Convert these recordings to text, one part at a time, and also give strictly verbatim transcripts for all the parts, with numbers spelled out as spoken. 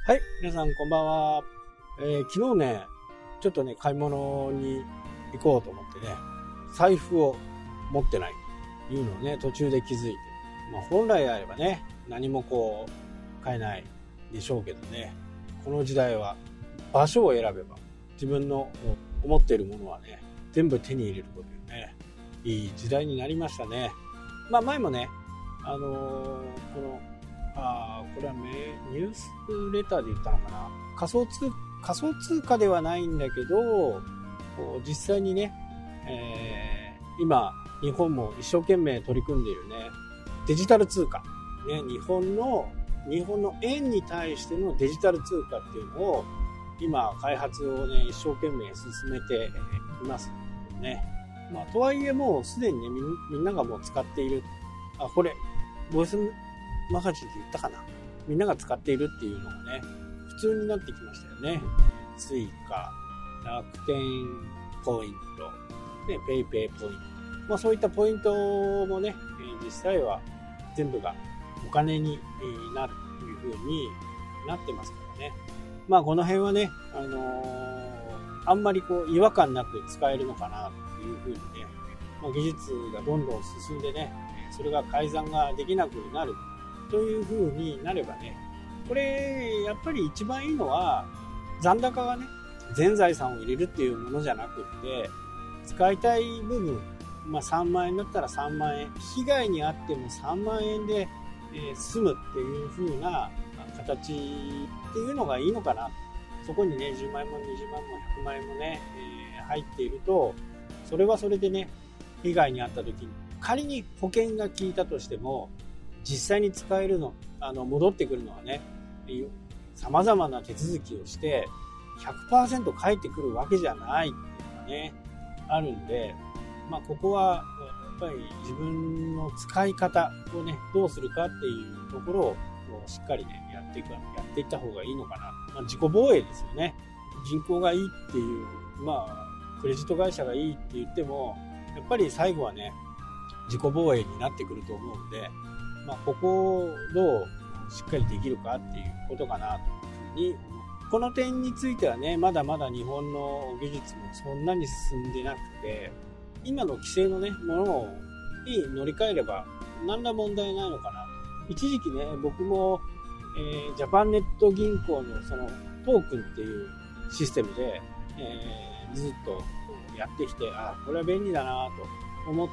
はい、皆さんこんばんは。えー、昨日ね、ちょっとね、買い物に行こうと思ってね、財布を持ってないというのをね、途中で気づいて、まあ、本来あればね、何もこう、買えないでしょうけどね、この時代は場所を選べば、自分の思っているものはね、全部手に入れるこというね、いい時代になりましたね。まあ前もね、あのー、この、あこれはメニュースレターで言ったのかな、仮想通仮想通貨ではないんだけど、こう実際にね、えー、今日本も一生懸命取り組んでいるねデジタル通貨、ね、日本の日本の円に対してのデジタル通貨っていうのを今開発をね一生懸命進めていますね。まあとはいえもうすでにね み, みんながもう使っている、あこれボイスマガジンで言ったかな、みんなが使っているっていうのがね普通になってきましたよね。スイカ、楽天ポイント、ね、ペイペイポイント、まあそういったポイントもね実際は全部がお金になるという風になってますからね。まあこの辺はね、あのー、あんまりこう違和感なく使えるのかなという風にね、まあ、技術がどんどん進んでね、それが改ざんができなくなるという風になればね、これやっぱり一番いいのは残高がね全財産を入れるっていうものじゃなくって、使いたい部分、まあ、さんまんえんだったらさんまんえん、被害に遭ってもさんまんえんで、えー、済むっていう風な形っていうのがいいのかな。そこにねじゅうまんえんもにじゅうまんえんもひゃくまんえんもね、えー、入っていると、それはそれでね被害に遭った時に仮に保険が効いたとしても実際に使えるの、あの戻ってくるのはね、様々な手続きをして ひゃくパーセント 返ってくるわけじゃないっていうのがねあるんで、まあここはやっぱり自分の使い方をねどうするかっていうところをしっかりねやっていくやっていった方がいいのかな。まあ、自己防衛ですよね。銀行がいいっていう、まあクレジット会社がいいって言ってもやっぱり最後はね自己防衛になってくると思うんで、まあ、ここをどうしっかりできるかっていうことかなというふうに思う。この点についてはねまだまだ日本の技術もそんなに進んでなくて、今の規制のねものに乗り換えれば何ら問題ないのかな。一時期ね僕も、えー、ジャパンネット銀行のそのトークンっていうシステムで、えー、ずっとやってきて、あこれは便利だなと思って、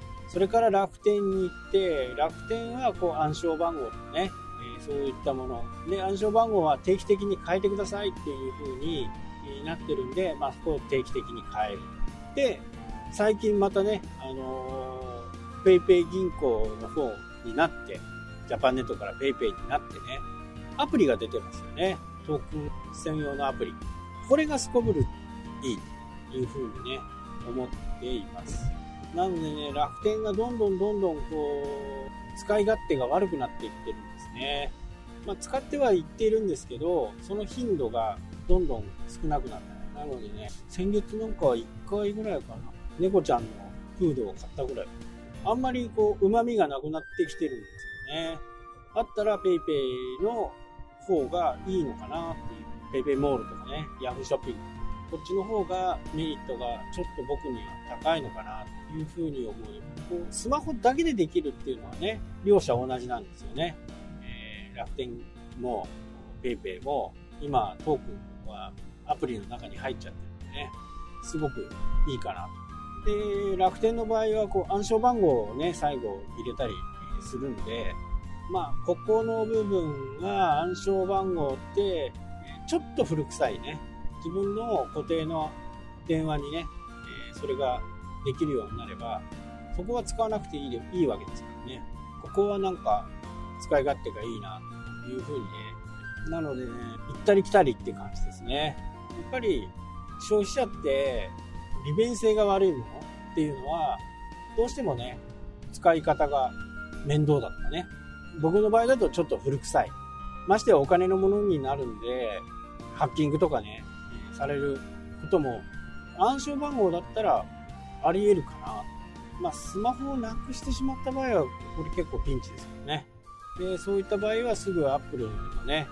それから楽天に行って、楽天はこう暗証番号とかね、えー、そういったもので、暗証番号は定期的に変えてくださいっていう風になってるんで、まあそこを定期的に変える。で、最近またね、あのー、ペイペイ銀行の方になって、ジャパンネットからペイペイになってね、アプリが出てますよね。トークン専用のアプリ。これがすこぶるいいという風にね、思っています。なのでね、楽天がどんどんどんどんこう使い勝手が悪くなっていってるんですね。まあ、使ってはいっているんですけど、その頻度がどんどん少なくなった。なのでね、先月なんかはいっかいぐらいかな、猫ちゃんのフードを買ったぐらい。あんまりこう旨味がなくなってきてるんですよね。あったらペイペイの方がいいのかなっていう。ペイペイモールとかね、ヤフーショッピング、こっちの方がメリットがちょっと僕には高いのかなというふうに思う。こうスマホだけでできるっていうのはね、両者同じなんですよね。えー、楽天も PayPay も今トークンはアプリの中に入っちゃってるんでね、すごくいいかなと。で、楽天の場合はこう暗証番号をね最後入れたりするんで、まあここの部分が暗証番号ってちょっと古臭いね。自分の固定の電話にね、えー、それができるようになれば、そこは使わなくていいでいいわけですからね。ここはなんか使い勝手がいいなというふうにね。なのでね、行ったり来たりって感じですね。やっぱり消費者って利便性が悪いものっていうのはどうしてもね、使い方が面倒だとかね。僕の場合だとちょっと古臭い。ましてはお金のものになるんで、ハッキングとかね、されることも暗証番号だったらあり得るかな。まあスマホをなくしてしまった場合はこれ結構ピンチですよね。でそういった場合はすぐ Apple のね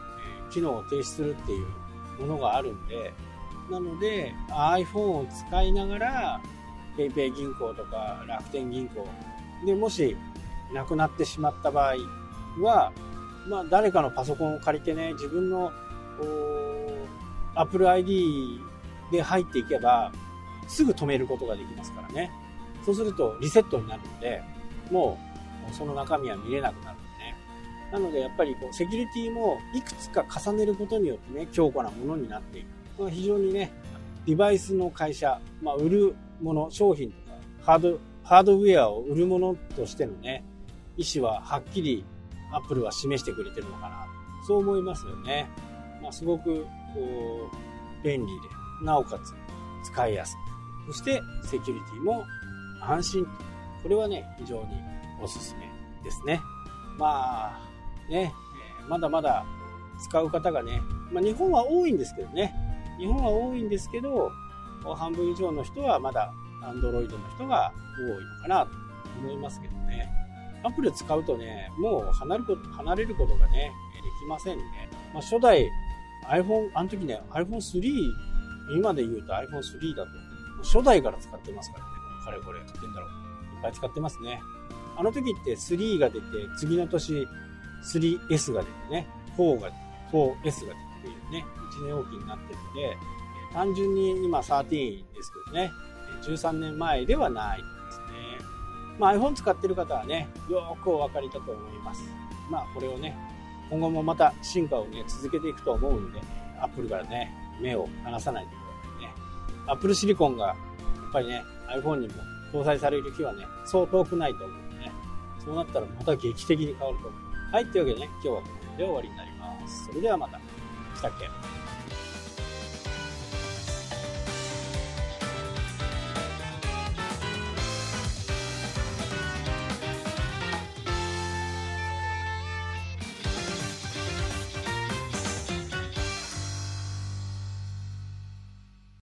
機能を停止するっていうものがあるんで、なので iPhone を使いながら PayPay 銀行とか楽天銀行でもしなくなってしまった場合は、まあ、誰かのパソコンを借りてね、自分の Apple アイディー で入っていけばすぐ止めることができますからね。そうするとリセットになるので、もうその中身は見れなくなるんでね。なのでやっぱりこうセキュリティもいくつか重ねることによってね、強固なものになっていく。まあ、非常にね、デバイスの会社、まあ、売るもの、商品とかハード、ハードウェアを売るものとしてのね、意思ははっきりアップルは示してくれてるのかな。そう思いますよね。まあ、すごくこう便利で、なおかつ使いやすく、そしてセキュリティも安心。これはね、非常におすすめですね。まあね、まだまだ使う方がね、まあ、日本は多いんですけどね。日本は多いんですけど、半分以上の人はまだ Android の人が多いのかなと思いますけどね。アプリを使うとね、もう離れること、離れることがね、できませんね。まあ、初代 iPhone、あの時ね、アイフォンスリー、今で言うと アイフォンスリー だと、初代から使ってますからね。かれこれ、使ってんだろう。いっぱい使ってますね。あの時ってスリーが出て、次の年 スリーエス が出てね、フォーが、フォーエス が出てっていうね、いちねんおきになってるので、単純に今じゅうさんですけどね、じゅうさんねんまえではないですね。まあ iPhone 使ってる方はね、よーくお分かりだと思います。まあこれをね、今後もまた進化をね、続けていくと思うんで、Apple からね、目を離さないということでね、Apple シリコンがやっぱりね、iPhone にも搭載される日はね、そう遠くないと思うんでね、そうなったらまた劇的に変わると思う。はい、というわけでね、今日はここで終わりになります。それではまた。したっけ